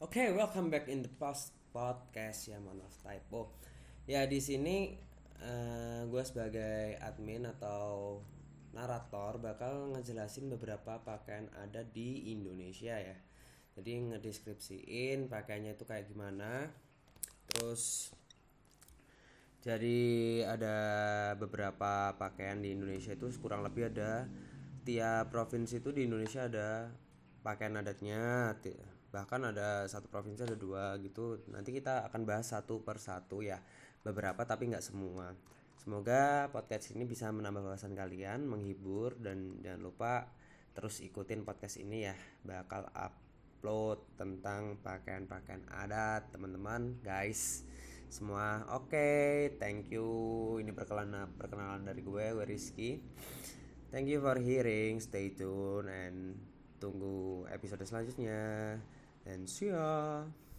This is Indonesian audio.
Oke, welcome back in the post podcast ya, mohon maaf typo. Ya di sini gue sebagai admin atau narator bakal ngejelasin beberapa pakaian ada di Indonesia ya. Jadi ngedeskripsiin pakaiannya itu kayak gimana. Terus jadi ada beberapa pakaian di Indonesia itu kurang lebih ada tiap provinsi itu di Indonesia ada pakaian adatnya. Bahkan ada satu provinsi ada dua gitu. Nanti kita akan bahas satu per satu ya. Beberapa tapi nggak semua. Semoga podcast ini bisa menambah wawasan kalian, menghibur, dan jangan lupa terus ikutin podcast ini ya. Bakal upload tentang pakaian-pakaian adat teman-teman guys semua. Oke, thank you. Ini perkenalan dari gue Rizky. Thank you for hearing. Stay tune and tunggu episode selanjutnya. And see ya.